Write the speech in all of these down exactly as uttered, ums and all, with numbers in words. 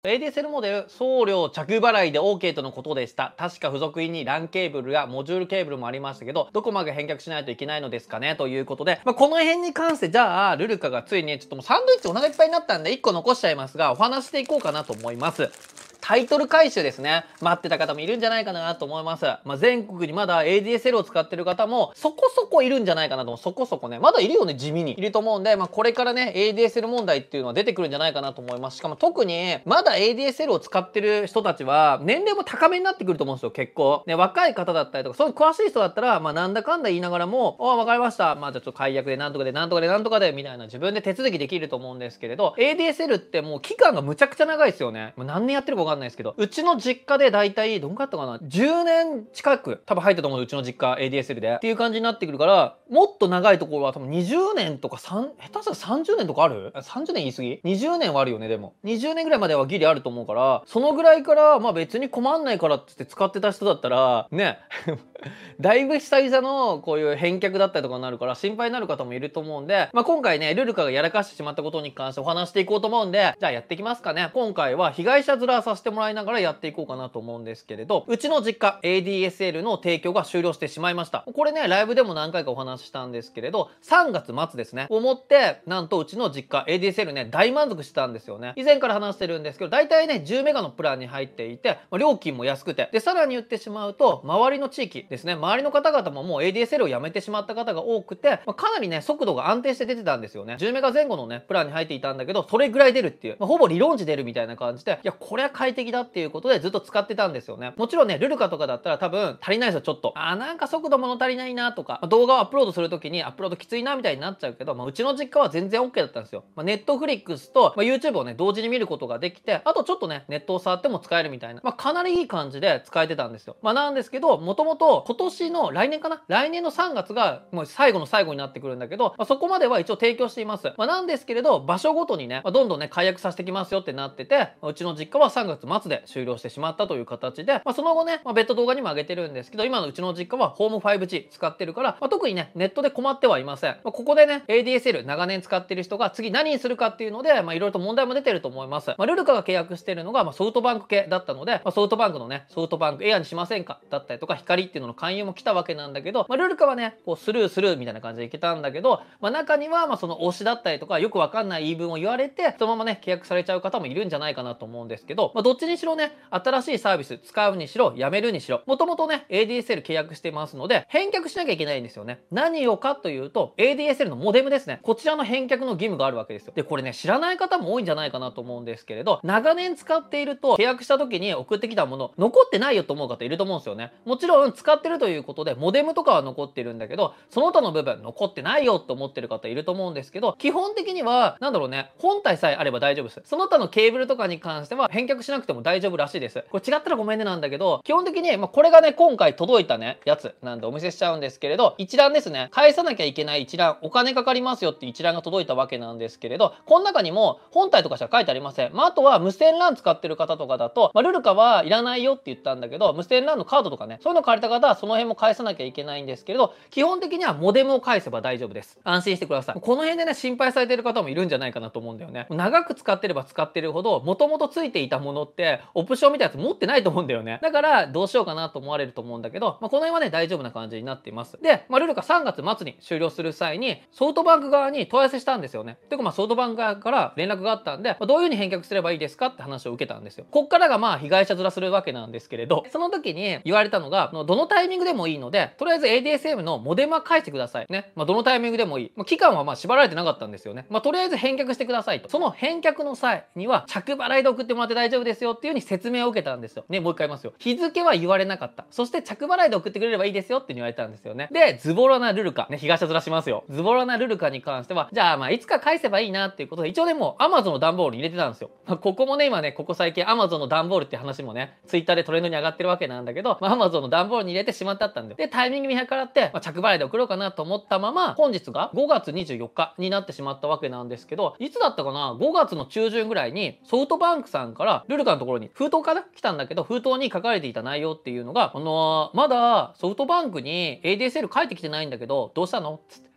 エーディーエスエル モデル、送料着払いで オーケー とのことでした。確か付属品に ラン ケーブルやモジュールケーブルもありましたけど、どこまで返却しないといけないのですかねということで、まあ、この辺に関して、じゃあ、ルルカがついに、ちょっともうサンドイッチお腹いっぱいになったんで、いっこ残しちゃいますが、お話していこうかなと思います。タイトル回収ですね。待ってた方もいるんじゃないかなと思います。まあ、全国にまだ エーディーエスエル を使ってる方もそこそこいるんじゃないかなと思う。そこそこね。まだいるよね、地味に。いると思うんで、まあ、これからね、エーディーエスエル 問題っていうのは出てくるんじゃないかなと思います。しかも特に、まだ エーディーエスエル を使ってる人たちは、年齢も高めになってくると思うんですよ、結構。ね、若い方だったりとか、そういう詳しい人だったら、まあ、なんだかんだ言いながらも、ああ、わかりました。まあ、じゃあちょっと解約でなんとかでなんとかでなんとかで、みたいな自分で手続きできると思うんですけれど、エーディーエスエル ってもう期間がむちゃくちゃ長いですよね。もう何年やってるかわかんないですけど、うちの実家でだいたいどんくらいだったかな、じゅうねん近く多分入ったと思う、うちの実家 エーディーエスエル でっていう感じになってくるから、もっと長いところは多分にじゅうねんとかさん下手したらさんじゅうねんとかある ?さんじゅう 年言い過ぎ ?にじゅう 年はあるよね。でもにじゅうねんぐらいまではギリあると思うから、そのぐらいからまあ別に困んないからってって使ってた人だったらねだいぶ久々のこういう返却だったりとかになるから心配になる方もいると思うんで、まあ、今回ねルルカがやらかしてしまったことに関してお話していこうと思うんで、じゃあやっていきますかね。今回は被害者面させてもらいながらやっていこうかなと思うんですけれど、うちの実家 エーディーエスエル の提供が終了してしまいました。これねライブでも何回かお話ししたんですけれど、さんがつ末ですねをもってなんとうちの実家 エーディーエスエル ね大満足してたんですよね。以前から話してるんですけど、大体ねじゅうメガのプランに入っていて、まあ、料金も安くて、でさらに言ってしまうと周りの地域ですね、周りの方々ももう エーディーエスエル をやめてしまった方が多くて、まあ、かなりね速度が安定して出てたんですよね。じゅうメガ前後のねプランに入っていたんだけど、それぐらい出るっていう、まあ、ほぼ理論値出るみたいな感じで、いやこれは快適だっていうことでずっと使ってたんですよね。もちろんねルルカとかだったら多分足りないですよ、ちょっとあーなんか速度物足りないなとか、まあ、動画をアップロードする時にアップロードきついなみたいになっちゃうけど、まあ、うちの実家は全然 オーケー だったんですよ。まあ、ネットフリックスと、まあ、YouTube をね同時に見ることができて、あとちょっとねネットを触っても使えるみたいな、まあ、かなりいい感じで使えてたんですよ。まあ、なんですけど、もともと今年の来年かな来年のさんがつがもう最後の最後になってくるんだけど、まあ、そこまでは一応提供しています。まあ、なんですけれど場所ごとにね、まあ、どんどんね解約させてきますよってなってて、うちの実家はさんがつ末で終了してしまったという形で、まあ、その後ね、まあ、別途動画にも上げてるんですけど、今のうちの実家はホーム ファイブジー 使ってるから、まあ、特にねネットで困ってはいません。まあ、ここでね エーディーエスエル 長年使ってる人が次何にするかっていうので、まあ、いろいろと問題も出てると思います。まあ、ルルカが契約してるのが、まあ、ソフトバンク系だったので、まあ、ソフトバンクのねソフトバンクエアにしませんかだったりとか、光っていうのの勧誘も来たわけなんだけど、まあ、ルルカはねこうスルースルーみたいな感じでいけたんだけど、まあ、中にはまあその推しだったりとかよくわかんない言い分を言われてそのままね契約されちゃう方もいるんじゃないかなと思うんですけど、まあ、どっちにしろね新しいサービス使うにしろやめるにしろ、もともとね エーディーエスエル 契約してますので返却しなきゃいけないんですよね。何をかというと エーディーエスエル のモデムですね。こちらの返却の義務があるわけですよ。でこれね知らない方も多いんじゃないかなと思うんですけれど、長年使っていると契約した時に送ってきたもの残ってないよと思う方いると思うんですよね。もちろん使ってるということでモデムとかは残ってるんだけど、その他の部分残ってないよと思ってる方いると思うんですけど、基本的にはなんだろうね、本体さえあれば大丈夫です。その他のケーブルとかに関しては返却しなくても大丈夫らしいです。これ違ったらごめんねなんだけど、基本的に、まあ、これがね今回届いたねやつなんでお見せしちゃうんですけれど、一覧ですね、返さなきゃいけない一覧、お金かかりますよって一覧が届いたわけなんですけれど、この中にも本体とかしか書いてありません。まあ、あとは無線 ラン 使ってる方とかだと、まあ、ルルカはいらないよって言ったんだけど、無線 ラン のカードとかねそういうの借りた方はその辺も返さなきゃいけないんですけれど、基本的にはモデムを返せば大丈夫です。安心してください。この辺でね心配されてる方もいるんじゃないかなと思うんだよね。長く使ってれば使ってるほどもともとついていたものってオプションみたいなやつ持ってないと思うんだよね。だからどうしようかなと思われると思うんだけど、まあ、この辺はね大丈夫な感じになっています。で、まあ、ルルカさんがつ末に終了する際にソフトバンク側に問い合わせしたんですよね。てかまあソフトバンク側から連絡があったんで、まあ、どういう風に返却すればいいですかって話を受けたんですよ。こっからがまあ被害者面するわけなんですけれど、その時に言われたのが、どのタイミングでもいいのでとりあえず エーディーエスエル のモデムは返してくださいね。まあ、どのタイミングでもいい、まあ、期間はまあ縛られてなかったんですよね。まあ、とりあえず返却してくださいと。その返却の際には着払いで送ってもらって大丈夫ですよっていう風に説明を受けたんですよね。もう一回言いますよ。日付は言われなかった。そして着払いで送ってくれればいいですよって言われたんですよね。でズボラなルルカね、被害者面しますよ。ズボラなルルカに関してはじゃあまあいつか返せばいいなっていうことで、一応ねもう Amazon の段ボールに入れてたんですよ。まあ、ここもね今ねここ最近 Amazon の段ボールって話もね Twitter でトレンドに上がってるわけなんだけど、まあ、Amazon の段ボールに入れてしまってあったんだよ。でタイミング見計らって、まあ、着払いで送ろうかなと思ったまま本日がごがつにじゅうよっかになってしまったわけなんですけど、いつだったかな、ごがつの中旬ぐらいにソフトバンクさんからルルカのところに封筒かな来たんだけど、封筒に書かれていた内容っていうのが、あのー、まだソフトバンクに エーディーエスエル 返ってきてないんだけどどうしたのっつって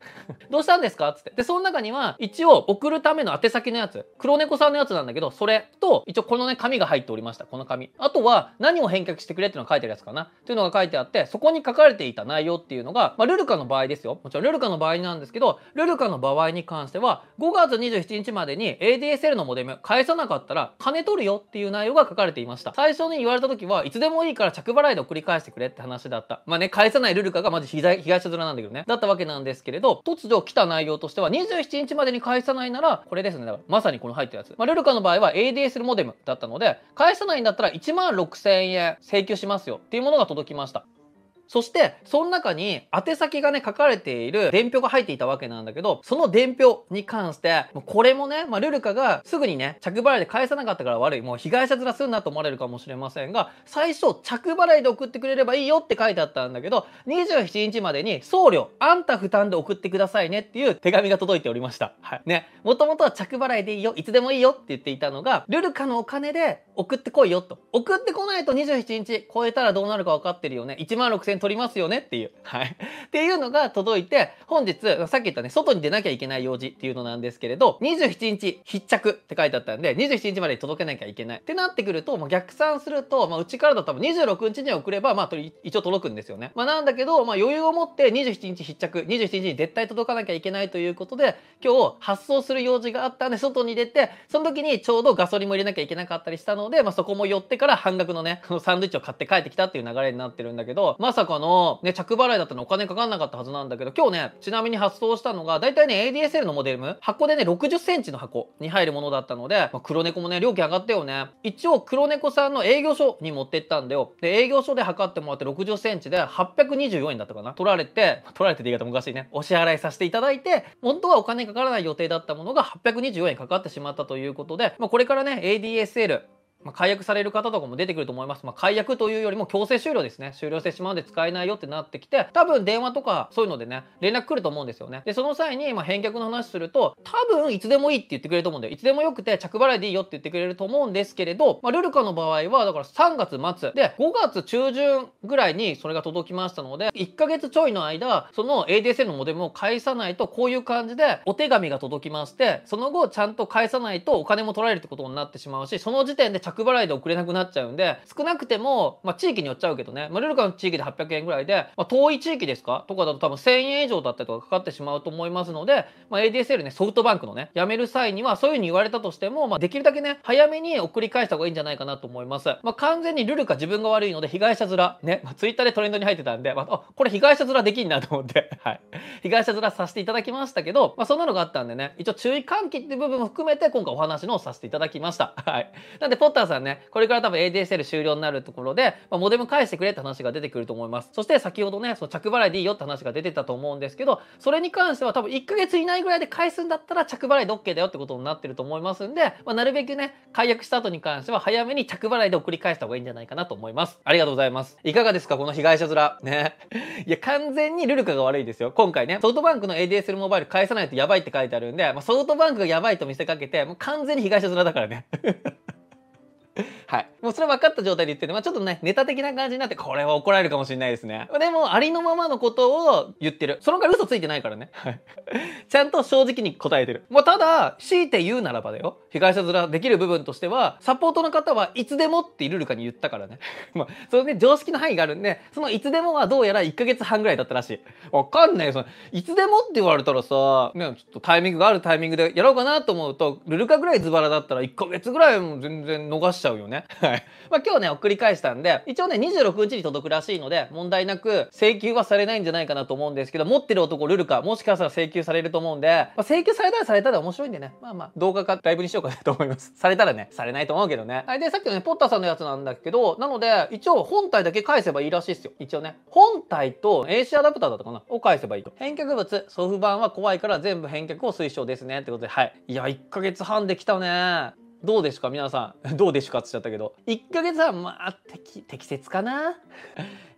どうしたんですかっつって。で、その中には、一応送るための宛先のやつ、黒猫さんのやつなんだけど、それと、一応このね、紙が入っておりました。この紙。あとは、何を返却してくれっていうのが書いてるやつかな。っていうのが書いてあって、そこに書かれていた内容っていうのが、まあ、ルルカの場合ですよ。もちろんルルカの場合なんですけど、ルルカの場合に関しては、ごがつにじゅうしちにちまでに エーディーエスエル のモデム返さなかったら、金取るよっていう内容が書かれていました。最初に言われた時はいつでもいいから着払いで送り返してくれって話だった。まあね、返さないルルカがマジ被害被害者面なんだけどね。だったわけなんですけれど、突如来た内容としてはにじゅうしちにちまでに返さないなら、これですね。だからまさにこの入ってるやつ。まあ、ルルカの場合は エーディーエスエル モデムだったので、返さないんだったらいちまんろくせんえん請求しますよっていうものが届きました。そして、その中に宛先がね、書かれている伝票が入っていたわけなんだけど、その伝票に関して、これもね、まあ、ルルカがすぐにね、着払いで返さなかったから悪い、もう被害者面するなと思われるかもしれませんが、最初、着払いで送ってくれればいいよって書いてあったんだけど、にじゅうしちにちまでに送料、あんた負担で送ってくださいねっていう手紙が届いておりました。はい。ね、もともとは着払いでいいよ、いつでもいいよって言っていたのが、ルルカのお金で送ってこいよと。送ってこないとにじゅうしちにち超えたらどうなるか分かってるよね。いちまんろくせん取りますよねっていう。はい。っていうのが届いて、本日、さっき言ったね、外に出なきゃいけない用事っていうのなんですけれど、にじゅうしちにち必着って書いてあったんで、にじゅうしちにちまでに届けなきゃいけない。ってなってくると、もう逆算すると、まあ、うちからだと多分にじゅうろくにちに送れば、まあ、一応届くんですよね。まあ、なんだけど、まあ、余裕を持ってにじゅうしちにち必着、にじゅうしちにちに絶対届かなきゃいけないということで、今日発送する用事があったんで、外に出て、その時にちょうどガソリンも入れなきゃいけなかったりしたので、まあ、そこも寄ってから半額のね、サンドイッチを買って帰ってきたっていう流れになってるんだけど、まさかの、ね、着払いだったのお金かかんなかったはずなんだけど、今日ね、ちなみに発送したのが、だいたいね、エーディーエスエル のモデル、箱でね、ろくじゅっセンチの箱に入るものだったので、まあ、黒猫もね、料金上がったよね。一応、黒猫さんの営業所に持ってったんだよ。で、営業所で測ってもらってろくじゅっセンチではっぴゃくにじゅうよんえんだったかな。取られて、取られてって言い方もおかしいね。お支払いさせていただいて、本当はお金かからない予定だったものがはっぴゃくにじゅうよんえんかかってしまったということで、まあ、これからね、エーディーエスエル、まあ、解約される方とかも出てくると思います。まあ、解約というよりも強制終了ですね。終了してしまうんで使えないよってなってきて、多分電話とかそういうのでね、連絡来ると思うんですよね。で、その際に、まあ、返却の話すると、多分いつでもいいって言ってくれると思うんだよ。いつでもよくて着払いでいいよって言ってくれると思うんですけれど、まあ、ルルカの場合は、だからさんがつまつで、ごがつちゅうじゅんぐらいにそれが届きましたので、いっかげつちょいの間、その エーディーエスエル のモデムを返さないと、こういう感じでお手紙が届きまして、その後ちゃんと返さないとお金も取られるってことになってしまうし、その時点で着払いで送れなくなっちゃうんで、少なくても、まあ、地域によっちゃうけどね、まあ、ルルカの地域ではっぴゃくえんぐらいで、まあ、遠い地域ですかとかだと多分せんえん以上だったりとかかかってしまうと思いますので、まあ、エーディーエスエル ね、ソフトバンクのね、辞める際にはそういう風に言われたとしても、まあ、できるだけね、早めに送り返した方がいいんじゃないかなと思います。まあ、完全にルルカ自分が悪いので、被害者面、ね、まあ、ツイッターでトレンドに入ってたんで、まあ、あ、これ被害者面できんなと思って、はい。被害者面させていただきましたけど、まあ、そんなのがあったんでね、一応注意喚起っていう部分も含めて今回お話のさせていただきました。はい。なんで、ポッターさんね、これから多分 エーディーエスエル 終了になるところで、まあ、モデム返してくれって話が出てくると思います。そして先ほどね、その着払いでいいよって話が出てたと思うんですけど、それに関しては多分いっかげつ以内ぐらいで返すんだったら着払いで OK だよってことになってると思いますんで、まあ、なるべくね、解約した後に関しては早めに着払いで送り返した方がいいんじゃないかなと思います。ありがとうございます。いかがですかこの被害者面。ね。いや、完全にルルカが悪いですよ。今回ね、ソフトバンクの エーディーエスエル モバイル返さないとやばいって書いてあるんで、まあ、ソフトバンクがやばいと見せかけて、もう完全に被害者面だからね。はい。もうそれ分かった状態で言ってて、まあちょっとね、ネタ的な感じになって、これは怒られるかもしれないですね。でも、ありのままのことを言ってる。そのから嘘ついてないからね。はい。ちゃんと正直に答えてる。まあただ、強いて言うならばだよ。被害者面できる部分としては、サポートの方はいつでもってルルカに言ったからね。まあ、それで常識の範囲があるんで、そのいつでもはどうやらいっかげつはんぐらいだったらしい。わかんないよ。その、いつでもって言われたらさ、ね、ちょっとタイミングがあるタイミングでやろうかなと思うと、ルルカぐらいズバラだったらいっかげつぐらいも全然逃しちゃうよね。はい。まあ今日ね、送り返したんで、一応ね、にじゅうろくにちに届くらしいので、問題なく請求はされないんじゃないかなと思うんですけど、持ってる男ルルカ、もしかしたら請求されると思うんで、まあ、請求されたらされたら面白いんでね、まあまあ、動画かライブにしようかなと思います。されたらね、されないと思うけどね。はい、で、さっきのね、ポッターさんのやつなんだけど、なので、一応本体だけ返せばいいらしいですよ。一応ね。本体と エーシー アダプターだったかなを返せばいいと。返却物、ソフト版は怖いから全部返却を推奨ですね。ってことで、はい。いや、いっかげつはんできたね。どうですか皆さん。どうでしゅかって言っちゃったけど。いっかげつはん、まあ、適、適切かな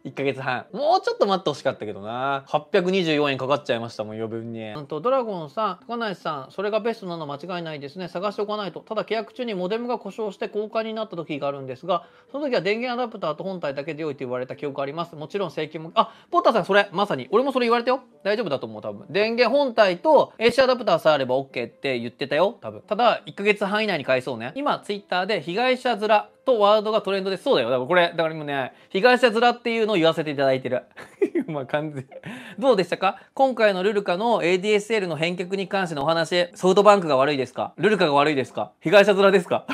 いっかげつはん。もうちょっと待ってほしかったけどな。はっぴゃくにじゅうよんえんかかっちゃいましたもん、余分に。うんと、ドラゴンさん、高梨さん、それがベストなの間違いないですね。探しておかないと。ただ契約中にモデムが故障して交換になった時があるんですが、その時は電源アダプターと本体だけで良いと言われた記憶あります。もちろん請求も、あ、ポッターさんそれ、まさに。俺もそれ言われたよ。大丈夫だと思う、多分。電源本体と エーシー アダプターさえあれば オーケー って言ってたよ、多分。ただ、いっかげつはん以内に返そうね。今、ツイッターで被害者面とワードがトレンドで、そうだよ。だからこれ、だから今ね、被害者面っていうのを言わせていただいてる。まあ完全。どうでしたか？今回のルルカの エーディーエスエル の返却に関してのお話、ソフトバンクが悪いですか？ルルカが悪いですか？被害者面ですか？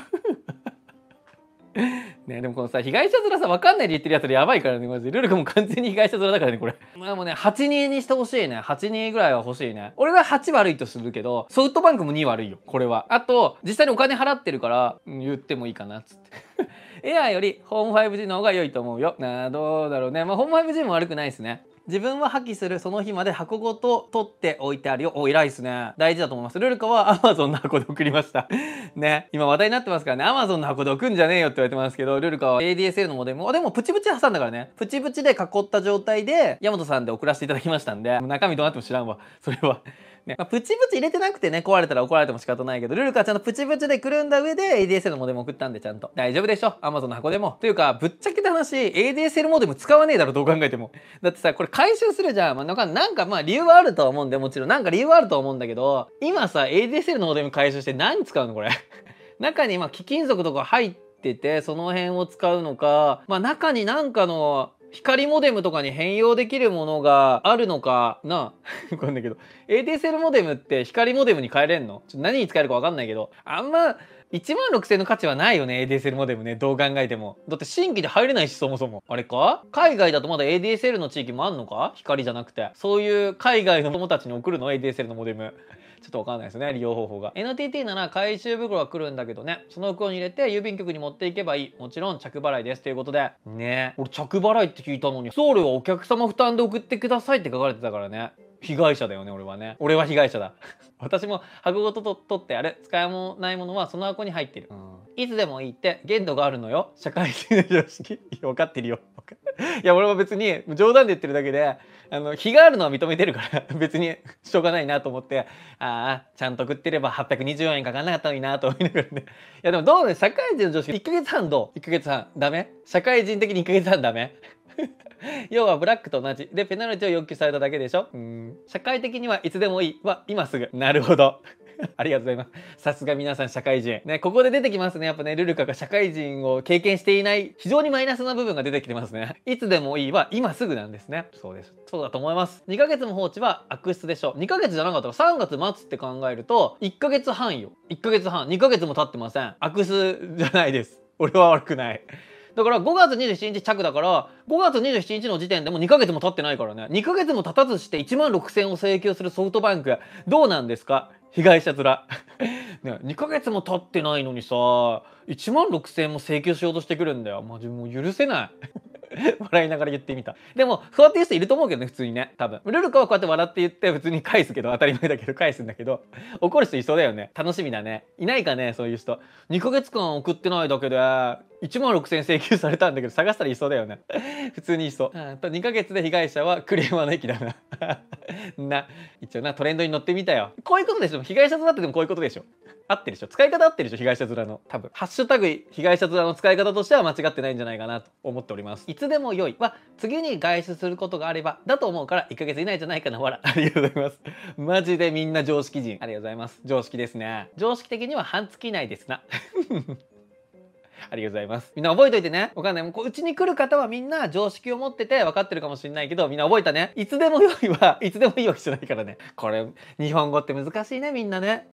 ね、でもこのさ、被害者面さ、わかんないで言ってるやつでやばいからね、マジで。ルルカも完全に被害者面だからね、これ。まあもうね、はちににしてほしいね。はちにぐらいは欲しいね。俺ははち悪いとするけど、ソフトバンクもに悪いよ、これは。あと、実際にお金払ってるから、言ってもいいかな、つって。エアーよりホーム ファイブジー の方が良いと思うよ。なあ、どうだろうね。まあ、ホーム ファイブジー も悪くないですね。自分は破棄するその日まで箱ごと取っておいてあるよ。お、偉いですね。大事だと思います。ルルカは Amazon の箱で送りました。ね。今話題になってますからね。Amazon の箱で送んじゃねえよって言われてますけど、ルルカは エーディーエスエル のモデルも、でもプチプチ挟んだからね。プチプチで囲った状態で、ヤマトさんで送らせていただきましたんで、中身どうなっても知らんわ。それは。ね、まあ、プチプチ入れてなくてね、壊れたら怒られても仕方ないけど、ルルカはちゃんとプチプチでくるんだ上で エーディーエスエル のモデム送ったんでちゃんと。大丈夫でしょ Amazon の箱でも。というか、ぶっちゃけた話、エーディーエスエル モデム使わねえだろ、どう考えても。だってさ、これ回収するじゃん。まあ、なんか、なんかまあ理由はあるとは思うんで、もちろん。なんか理由はあるとは思うんだけど、今さ、エーディーエスエル のモデム回収して何使うのこれ。中にまあ貴金属とか入ってて、その辺を使うのか、まあ中になんかの、光モデムとかに変容できるものがあるのかなわかんないけど エーディーエスエル モデムって光モデムに変えれんの？ちょっと何に使えるかわかんないけど、あんまいちまんろくせんの価値はないよね エーディーエスエル モデムね。どう考えても。だって新規で入れないし、そもそも。あれか？海外だとまだ エーディーエスエル の地域もあんのか？光じゃなくて。そういう海外の友達に送るの エーディーエスエル のモデム。ちょっとわかんないですね、利用方法が。エヌティーティー なら回収袋が来るんだけどね、その袋に入れて郵便局に持っていけばいい。もちろん着払いです。ということで。ねえ。俺着払いって聞いたのに、送料はお客様負担で送ってくださいって書かれてたからね。被害者だよね、俺はね。俺は被害者だ。私も箱ごとと取ってある。使いもないものはその箱に入ってる。うん、いつでもいいって限度があるのよ。社会人の常識。いや、分かってるよ。いや、俺は別に冗談で言ってるだけで、あの、日があるのは認めてるから別にしょうがないなと思って、ああ、ちゃんと食ってればはっぴゃくにじゅうよんえんかかんなかったのになと思いながらね。いや、でもどうね、社会人の常識、いっかげつはんどう ?いっ ヶ月半。ダメ？社会人的にいっかげつはんダメ？要はブラックと同じ。で、ペナルティを要求されただけでしょ？うん。社会的にはいつでもいい。は、今すぐ。なるほど。ありがとうございます。さすが皆さん社会人。ね、ここで出てきますね。やっぱね、ルルカが社会人を経験していない非常にマイナスな部分が出てきてますね。いつでもいいは今すぐなんですね。そうです。そうだと思います。にかげつも放置は悪質でしょ。にかげつじゃなかったらさんがつ末って考えるといっかげつはんよ。いっかげつはん。にかげつも経ってません。悪質じゃないです。俺は悪くない。だからごがつにじゅうしちにち着だからごがつにじゅうしちにちの時点でもにかげつも経ってないからね。にかげつも経たずしていちまんろくせんを請求するソフトバンクどうなんですか？被害者面。ね、にかげつも経ってないのにさ、いちまんろくせんも請求しようとしてくるんだよ。マジもう許せない。笑いながら言ってみた。でも、そうやって言う人いると思うけどね、普通にね。多分。ルルカはこうやって笑って言って普通に返すけど、当たり前だけど返すんだけど、怒る人いそうだよね。楽しみだね。いないかね、そういう人。にかげつかん送ってないだけで、いちまんろくせん請求されたんだけど、探したらいそうだよね。普通にいそう。うんとにかげつで被害者はクレーマーの駅だな。な、一応な、トレンドに乗ってみたよ。こういうことでしょ。被害者となってでもこういうことでしょ。合ってるでしょ。使い方合ってるでしょ。被害者面の。多分。ハッシュタグ被害者面の使い方としては間違ってないんじゃないかなと思っております。いつでも良いは、次に外出することがあれば、だと思うからいっかげつ以内じゃないかな。わら。ありがとうございます。マジでみんな常識人。ありがとうございます。常識ですね。常識的には半月以内ですな。ありがとうございます。みんな覚えといてね。わかんない。もうこう、うちに来る方はみんな常識を持ってて分かってるかもしれないけど、みんな覚えたね。いつでも良いは、いつでもいいわけじゃないからね。これ、日本語って難しいね、みんなね。